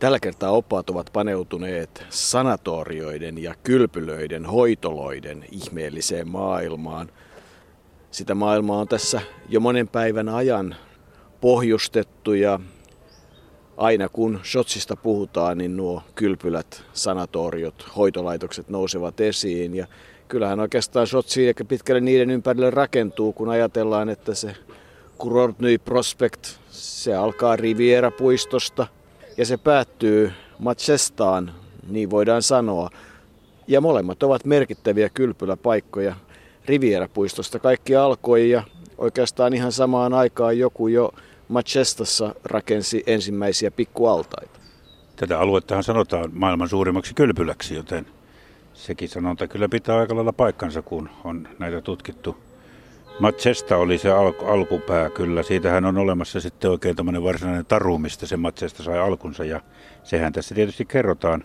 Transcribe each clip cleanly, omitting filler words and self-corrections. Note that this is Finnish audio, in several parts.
Tällä kertaa oppaat ovat paneutuneet sanatorioiden ja kylpylöiden, hoitoloiden ihmeelliseen maailmaan. Sitä maailmaa on tässä jo monen päivän ajan pohjustettu ja aina kun shotsista puhutaan, niin nuo kylpylät, sanatoriot, hoitolaitokset nousevat esiin. Ja kyllähän oikeastaan shotsi eikä pitkälle niiden ympärille rakentuu, kun ajatellaan, että se Kurortnyi Prospekt, se alkaa Riviera-puistosta ja se päättyy Matchestaan, niin voidaan sanoa. Ja molemmat ovat merkittäviä kylpyläpaikkoja. Riviera-puistosta kaikki alkoi ja oikeastaan ihan samaan aikaan joku jo Matchestassa rakensi ensimmäisiä pikkualtaita. Tätä aluettahan sanotaan maailman suurimmaksi kylpyläksi, joten sekin sanonta kyllä pitää aika lailla paikkansa, kun on näitä tutkittu. Matchesta oli se alkupää kyllä. Siitähän on olemassa sitten oikein tämmöinen varsinainen taru, mistä se Matchesta sai alkunsa ja sehän tässä tietysti kerrotaan.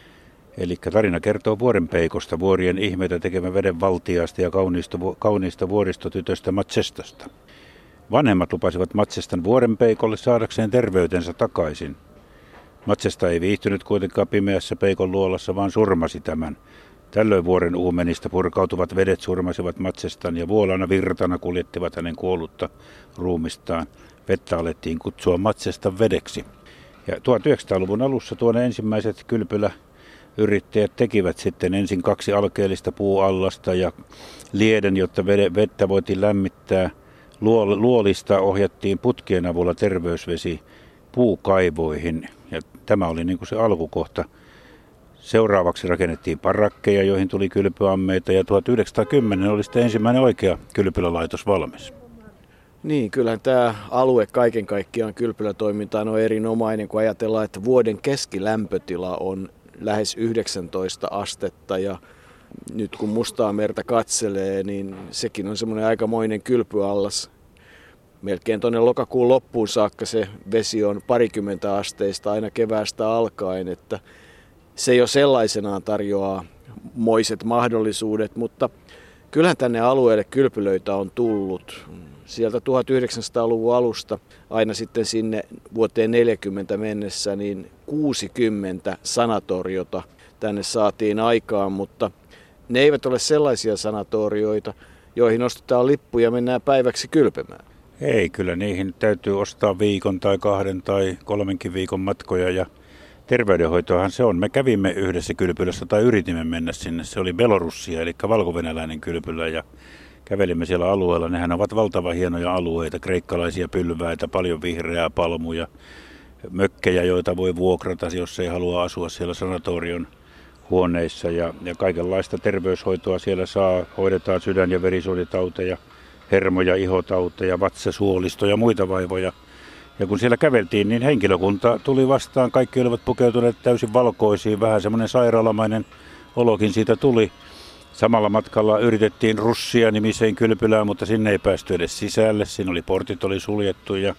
Eli tarina kertoo vuorenpeikosta, vuorien ihmeitä tekevän veden valtiasta ja kauniista vuoristotytöstä Matchestasta. Vanhemmat lupasivat Matchestan vuorenpeikolle saadakseen terveytensä takaisin. Matchesta ei viihtynyt kuitenkaan pimeässä peikon luolassa, vaan surmasi tämän. Tällöin vuoren uumenista purkautuvat vedet surmasivat Matchestan ja vuolana virtana kuljettivat hänen kuollutta ruumistaan. Vettä alettiin kutsua Matchestan vedeksi. Ja 1900-luvun alussa tuonne ensimmäiset kylpyläyrittäjät tekivät sitten ensin 2 alkeellista puuallasta ja lieden, jotta vettä voitiin lämmittää. Luolista ohjattiin putkien avulla terveysvesi puukaivoihin ja tämä oli niin kuin se alkukohta. Seuraavaksi rakennettiin parakkeja, joihin tuli kylpyammeita ja 1910 oli sitten ensimmäinen oikea kylpylälaitos valmis. Niin, kyllähän tämä alue kaiken kaikkiaan kylpylätoimintaan on erinomainen, kun ajatellaan, että vuoden keskilämpötila on lähes 19 astetta ja nyt kun Mustaa merta katselee, niin sekin on semmoinen aikamoinen kylpyallas. Melkein tuonne lokakuun loppuun saakka se vesi on 20 asteista aina keväästä alkaen, että se jo sellaisenaan tarjoaa moiset mahdollisuudet, mutta kyllähän tänne alueelle kylpylöitä on tullut. Sieltä 1900-luvun alusta aina sitten sinne vuoteen 40 mennessä niin 60 sanatoriota tänne saatiin aikaan, mutta ne eivät ole sellaisia sanatorioita, joihin ostetaan lippu ja mennään päiväksi kylpemään. Ei, kyllä niihin täytyy ostaa viikon tai 2 tai 3 viikon matkoja ja terveydenhoitoahan se on. Me kävimme yhdessä kylpylässä tai yritimme mennä sinne. Se oli Belorussia, eli valkovenäläinen kylpylä ja kävelimme siellä alueella. Nehän ovat valtavan hienoja alueita, kreikkalaisia pylväitä, paljon vihreää palmuja, mökkejä, joita voi vuokrata, jos ei halua asua siellä sanatorion huoneissa ja kaikenlaista terveyshoitoa siellä saa. Hoidetaan sydän- ja verisuonitauteja, hermo- ja ihotauteja, vatsasuolisto ja muita vaivoja. Ja kun siellä käveltiin, niin henkilökunta tuli vastaan. Kaikki olivat pukeutuneet täysin valkoisiin. Vähän semmoinen sairaalamainen olokin siitä tuli. Samalla matkalla yritettiin Russia-nimiseen kylpylään, mutta sinne ei päästy edes sisälle. Siinä oli portit oli suljettu ja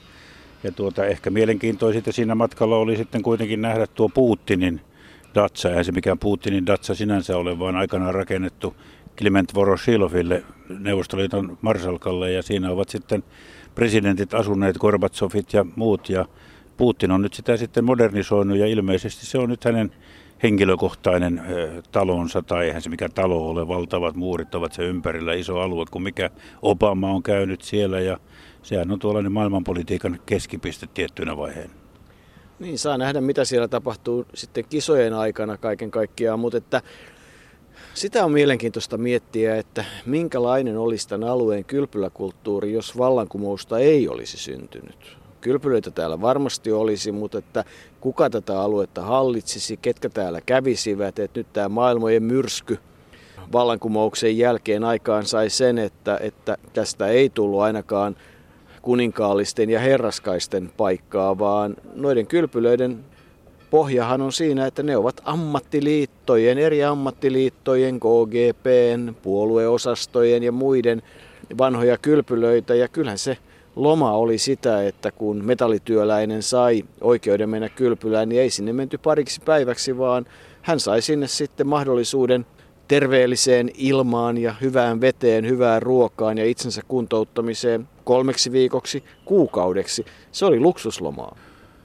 ehkä mielenkiintoisinta siinä matkalla oli sitten kuitenkin nähdä tuo Putinin datsa. Eihän se mikään Putinin datsa sinänsä ole, vaan aikanaan rakennettu Kliment Voroshiloville, Neuvostoliiton marsalkalle, ja siinä ovat sitten presidentit asuneet, Gorbatsovit ja muut, ja Putin on nyt sitä sitten modernisoinut, ja ilmeisesti se on nyt hänen henkilökohtainen talonsa, tai eihän se mikä talo ole, valtavat muurit ovat se ympärillä, iso alue, kun mikä Obama on käynyt siellä, ja sehän on tuollainen maailmanpolitiikan keskipiste tiettynä vaiheena. Niin, saa nähdä mitä siellä tapahtuu sitten kisojen aikana kaiken kaikkiaan, mutta että sitä on mielenkiintoista miettiä, että minkälainen olisi tämän alueen kylpyläkulttuuri, jos vallankumousta ei olisi syntynyt. Kylpylöitä täällä varmasti olisi, mutta että kuka tätä aluetta hallitsisi, ketkä täällä kävisivät, että nyt tämä maailmojen myrsky vallankumouksen jälkeen aikaan sai sen, että tästä ei tullut ainakaan kuninkaallisten ja herraskaisten paikkaa, vaan noiden kylpylöiden pohjahan on siinä, että ne ovat ammattiliittojen, eri ammattiliittojen, KGP:n, puolueosastojen ja muiden vanhoja kylpylöitä. Ja kyllähän se loma oli sitä, että kun metallityöläinen sai oikeuden mennä kylpylään, niin ei sinne menty pariksi päiväksi, vaan hän sai sinne sitten mahdollisuuden terveelliseen ilmaan ja hyvään veteen, hyvään ruokaan ja itsensä kuntouttamiseen 3 viikoksi, kuukaudeksi. Se oli luksuslomaa.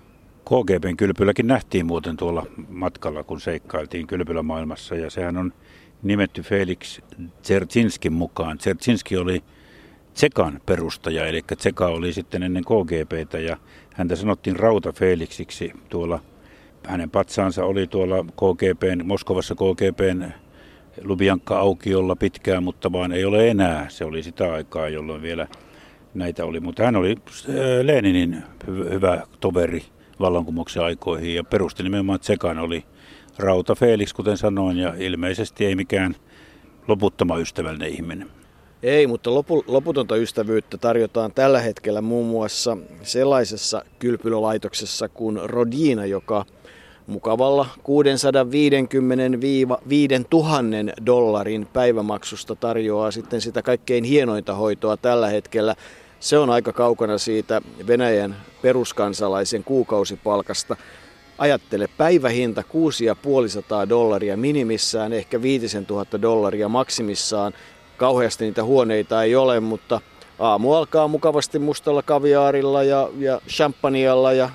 KGB:n kylpyläkin nähtiin muuten tuolla matkalla, kun seikkailtiin kylpylämaailmassa, ja sehän on nimetty Felix Dzerzhinskin mukaan. Dzerzhinski oli Tsekan perustaja, eli Tseka oli sitten ennen KGB:tä, ja häntä sanottiin Rauta Felixiksi tuolla. Hänen patsaansa oli tuolla Moskovassa KGB:n Lubjanka-aukiolla pitkään, mutta vaan ei ole enää. Se oli sitä aikaa, jolloin vielä näitä oli. Mutta hän oli Leninin hyvä toveri vallankumouksen aikoihin ja perusti nimenomaan Tsekan, oli Rauta Felix, kuten sanoin, ja ilmeisesti ei mikään loputtoman ystävällinen ihminen. Ei, mutta loputonta ystävyyttä tarjotaan tällä hetkellä muun muassa sellaisessa kylpylälaitoksessa kuin Rodina, joka mukavalla $650,000–5,000 päivämaksusta tarjoaa sitten sitä kaikkein hienointa hoitoa tällä hetkellä. Se on aika kaukana siitä Venäjän peruskansalaisen kuukausipalkasta. Ajattele, päivähinta $650 minimissään, ehkä $5,000 maksimissaan. Kauheasti niitä huoneita ei ole, mutta aamu alkaa mukavasti mustalla kaviaarilla ja champagnealla ja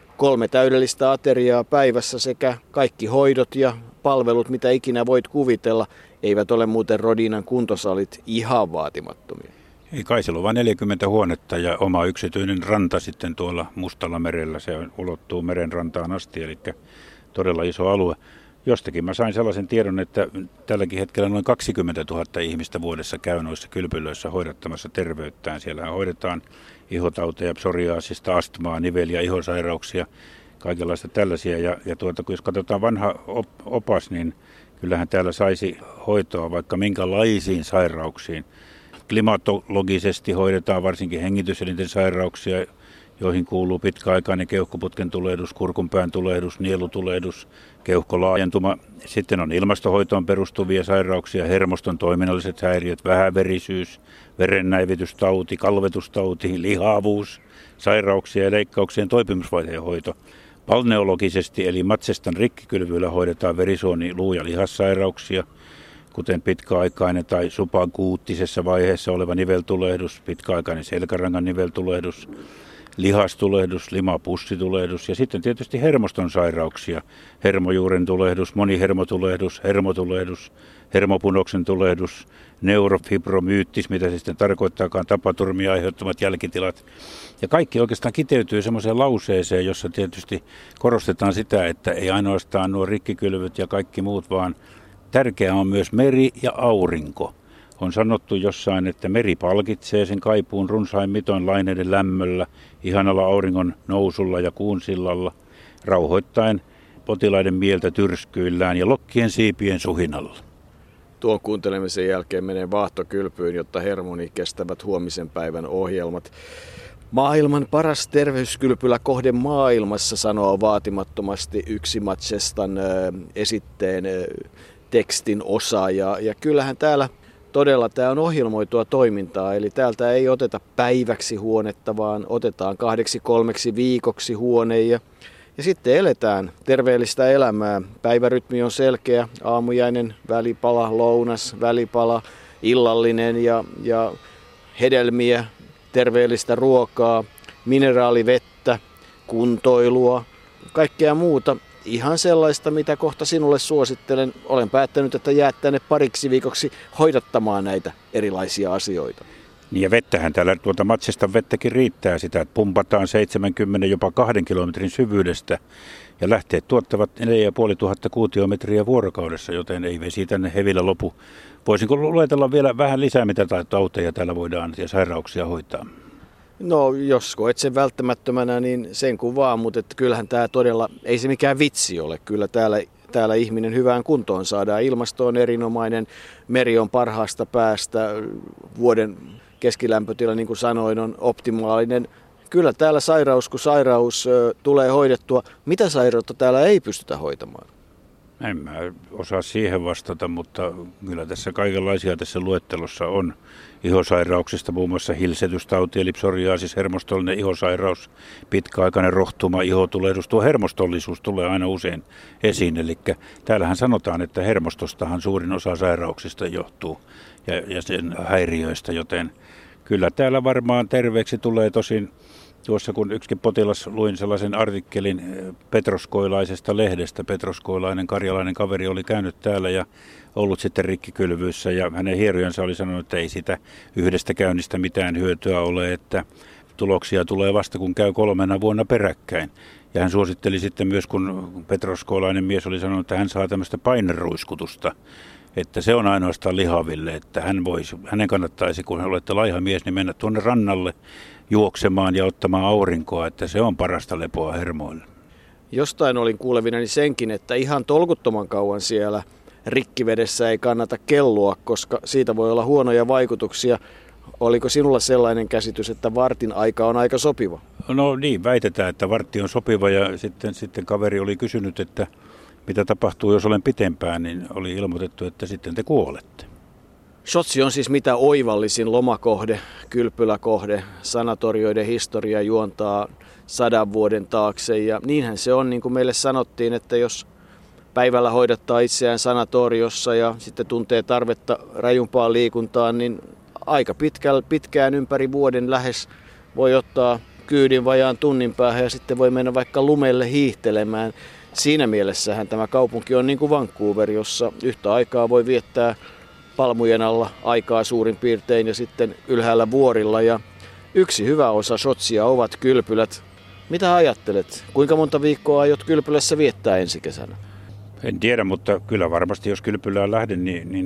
3 täydellistä ateriaa päivässä sekä kaikki hoidot ja palvelut, mitä ikinä voit kuvitella. Eivät ole muuten Rodinan kuntosalit ihan vaatimattomia. Ei kai, siellä on vain 40 huonetta ja oma yksityinen ranta sitten tuolla Mustalla merellä. Se ulottuu merenrantaan asti, eli todella iso alue. Jostakin mä sain sellaisen tiedon, että tälläkin hetkellä noin 20 000 ihmistä vuodessa käy noissa kylpylöissä hoidattamassa terveyttään. Siellähän hoidetaan ihotauteja, psoriaasista, astmaa, niveli- ja ihosairauksia, kaikenlaista tällaisia. Ja jos katsotaan vanha opas, niin kyllähän täällä saisi hoitoa vaikka minkälaisiin sairauksiin. Klimatologisesti hoidetaan varsinkin hengityselinten sairauksia, joihin kuuluu pitkäaikainen keuhkoputken tulehdus, kurkunpään tulehdus, nielutulehdus, keuhkolaajentuma. Sitten on ilmastohoitoon perustuvia sairauksia, hermoston toiminnalliset häiriöt, vähäverisyys, verennäivitystauti, kalvetustauti, lihavuus, sairauksia ja leikkauksien toipumusvaiheen hoito. Balneologisesti eli Matsestan rikkikylvyillä hoidetaan verisuoni-, luu- ja lihassairauksia, kuten pitkäaikainen tai subakuuttisessa vaiheessa oleva niveltulehdus, pitkäaikainen selkärangan niveltulehdus, lihastulehdus, limapussitulehdus ja sitten tietysti hermoston sairauksia, hermojuuren tulehdus, monihermotulehdus, hermopunoksen tulehdus, neurofibromyyttis, mitä se sitten tarkoittaakaan, tapaturmia aiheuttamat jälkitilat. Ja kaikki oikeastaan kiteytyy semmoiseen lauseeseen, jossa tietysti korostetaan sitä, että ei ainoastaan nuo rikkikylvyt ja kaikki muut, vaan tärkeää on myös meri ja aurinko. On sanottu jossain, että meri palkitsee sen kaipuun runsain mitoin laineiden lämmöllä, ihanalla auringon nousulla ja kuun sillalla, rauhoittaen potilaiden mieltä tyrskyillään ja lokkien siipien suhinalla. Tuon kuuntelemisen jälkeen menee vaahtokylpyyn, jotta hermoni kestävät huomisen päivän ohjelmat. Maailman paras terveyskylpyläkohde maailmassa, sanoo vaatimattomasti yksi Matsestan esitteen tekstin osa. Ja kyllähän täällä todella tämä on ohjelmoitua toimintaa, eli täältä ei oteta päiväksi huonetta, vaan otetaan 2-3 viikoksi huone ja sitten eletään terveellistä elämää. Päivärytmi on selkeä, aamujainen, välipala, lounas, välipala, illallinen ja hedelmiä, terveellistä ruokaa, mineraalivettä, kuntoilua, kaikkea muuta. Ihan sellaista, mitä kohta sinulle suosittelen. Olen päättänyt, että jäät tänne pariksi viikoksi hoidattamaan näitä erilaisia asioita. Niin ja vettähän täällä Matsestan vettäkin riittää sitä, että pumpataan 70 jopa 2 kilometrin syvyydestä ja lähteet tuottavat 4500 kuutiometriä vuorokaudessa, joten ei vesi tänne hevillä lopu. Voisinko luetella vielä vähän lisää, mitä tauteja täällä voidaan ja sairauksia hoitaa? No, jos koet sen välttämättömänä, niin sen kuvaa, mutta että kyllähän tämä todella, ei se mikään vitsi ole. Kyllä täällä ihminen hyvään kuntoon saadaan. Ilmasto on erinomainen, meri on parhaasta päästä, vuoden keskilämpötila, niin kuin sanoin, on optimaalinen. Kyllä täällä sairaus kuin sairaus tulee hoidettua. Mitä sairautta täällä ei pystytä hoitamaan? En mä osaa siihen vastata, mutta kyllä tässä kaikenlaisia tässä luettelossa on. Ihosairauksista muun muassa hilsetystauti eli psoriaasis, hermostollinen ihosairaus, pitkäaikainen rohtuma, ihotulehdus. Tuo hermostollisuus tulee aina usein esiin. Eli täällähän sanotaan, että hermostostahan suurin osa sairauksista johtuu ja sen häiriöistä, joten kyllä täällä varmaan terveeksi tulee. Tosin tuossa kun yksikin potilas luin sellaisen artikkelin petroskoilaisesta lehdestä. Petroskoilainen karjalainen kaveri oli käynyt täällä ja ollut sitten rikkikylvyissä ja hänen hierojansa oli sanonut, että ei sitä yhdestä käynnistä mitään hyötyä ole, että tuloksia tulee vasta kun käy 3 vuonna peräkkäin. Ja hän suositteli sitten myös, kun petroskoilainen mies oli sanonut, että hän saa tämmöistä paineruiskutusta, että se on ainoastaan lihaville, että hänen kannattaisi, kun olette laiha mies, niin mennä tuonne rannalle juoksemaan ja ottamaan aurinkoa, että se on parasta lepoa hermoille. Jostain olin kuulevinani senkin, että ihan tolkuttoman kauan siellä rikkivedessä ei kannata kellua, koska siitä voi olla huonoja vaikutuksia. Oliko sinulla sellainen käsitys, että vartin aika on aika sopiva? No niin, väitetään, että vartti on sopiva ja sitten kaveri oli kysynyt, että mitä tapahtuu, jos olen pitempään, niin oli ilmoitettu, että sitten te kuolette. Sotsi on siis mitä oivallisin lomakohde, kylpyläkohde, sanatorioiden historia juontaa 100 vuoden taakse ja niinhän se on, niin kuin meille sanottiin, että jos päivällä hoidattaa itseään sanatoriossa ja sitten tuntee tarvetta rajumpaan liikuntaan, niin aika pitkään ympäri vuoden lähes voi ottaa kyydin vajaan tunnin päähän ja sitten voi mennä vaikka lumelle hiihtelemään. Siinä mielessähän tämä kaupunki on niin kuin Vancouver, jossa yhtä aikaa voi viettää palmujen alla aikaa suurin piirtein ja sitten ylhäällä vuorilla. Ja yksi hyvä osa Sotsia ovat kylpylät. Mitä ajattelet? Kuinka monta viikkoa aiot kylpylässä viettää ensi kesänä? En tiedä, mutta kyllä varmasti jos kylpylään lähden, niin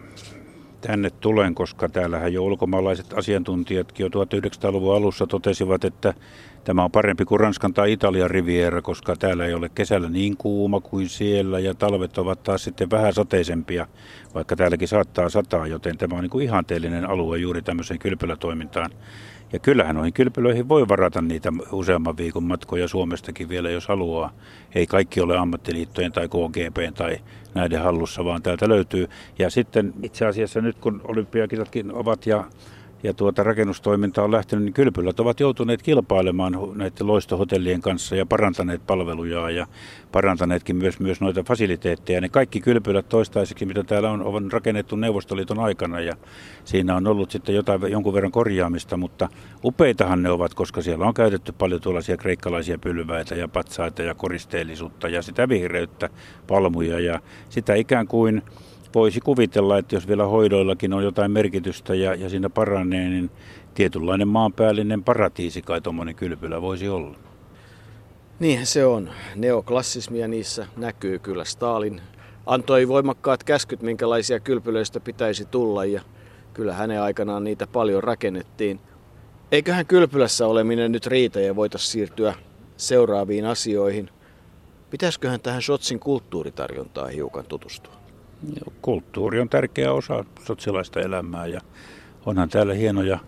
tänne tulen, koska täällähän jo ulkomaalaiset asiantuntijatkin jo 1900-luvun alussa totesivat, että tämä on parempi kuin Ranskan tai Italian riviera, koska täällä ei ole kesällä niin kuuma kuin siellä ja talvet ovat taas sitten vähän sateisempia, vaikka täälläkin saattaa sataa, joten tämä on niin kuin ihanteellinen alue juuri tämmöiseen kylpylätoimintaan. Ja kyllähän noihin kylpylöihin voi varata niitä useamman viikon matkoja Suomestakin vielä, jos haluaa. Ei kaikki ole ammattiliittojen tai KGP:n tai näiden hallussa, vaan täältä löytyy. Ja sitten itse asiassa nyt kun olympiakisatkin ovat ja rakennustoiminta on lähtenyt, niin kylpylät ovat joutuneet kilpailemaan näiden loistohotellien kanssa ja parantaneet palvelujaan ja parantaneetkin myös noita fasiliteetteja. Ne kaikki kylpylät toistaiseksi, mitä täällä on rakennettu Neuvostoliiton aikana ja siinä on ollut sitten jonkun verran korjaamista, mutta upeitahan ne ovat, koska siellä on käytetty paljon tuollaisia kreikkalaisia pylväitä ja patsaita ja koristeellisuutta ja sitä vihreyttä, palmuja ja sitä ikään kuin voisi kuvitella, että jos vielä hoidoillakin on jotain merkitystä ja siinä paranee, niin tietynlainen maanpäällinen paratiisi kai tuommoinen kylpylä voisi olla. Niinhän se on. Neoklassismia niissä näkyy kyllä. Stalin antoi voimakkaat käskyt, minkälaisia kylpylöistä pitäisi tulla ja kyllä hänen aikanaan niitä paljon rakennettiin. Eiköhän kylpylässä oleminen nyt riitä ja voitaisiin siirtyä seuraaviin asioihin. Pitäisiköhän tähän Sotsin kulttuuritarjontaan hiukan tutustua? Kulttuuri on tärkeä osa sotsialaista elämää ja onhan täällä hienoja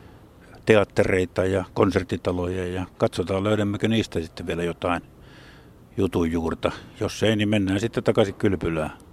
teattereita ja konserttitaloja ja katsotaan löydämmekö niistä sitten vielä jotain jutun juurta. Jos ei, niin mennään sitten takaisin kylpylään.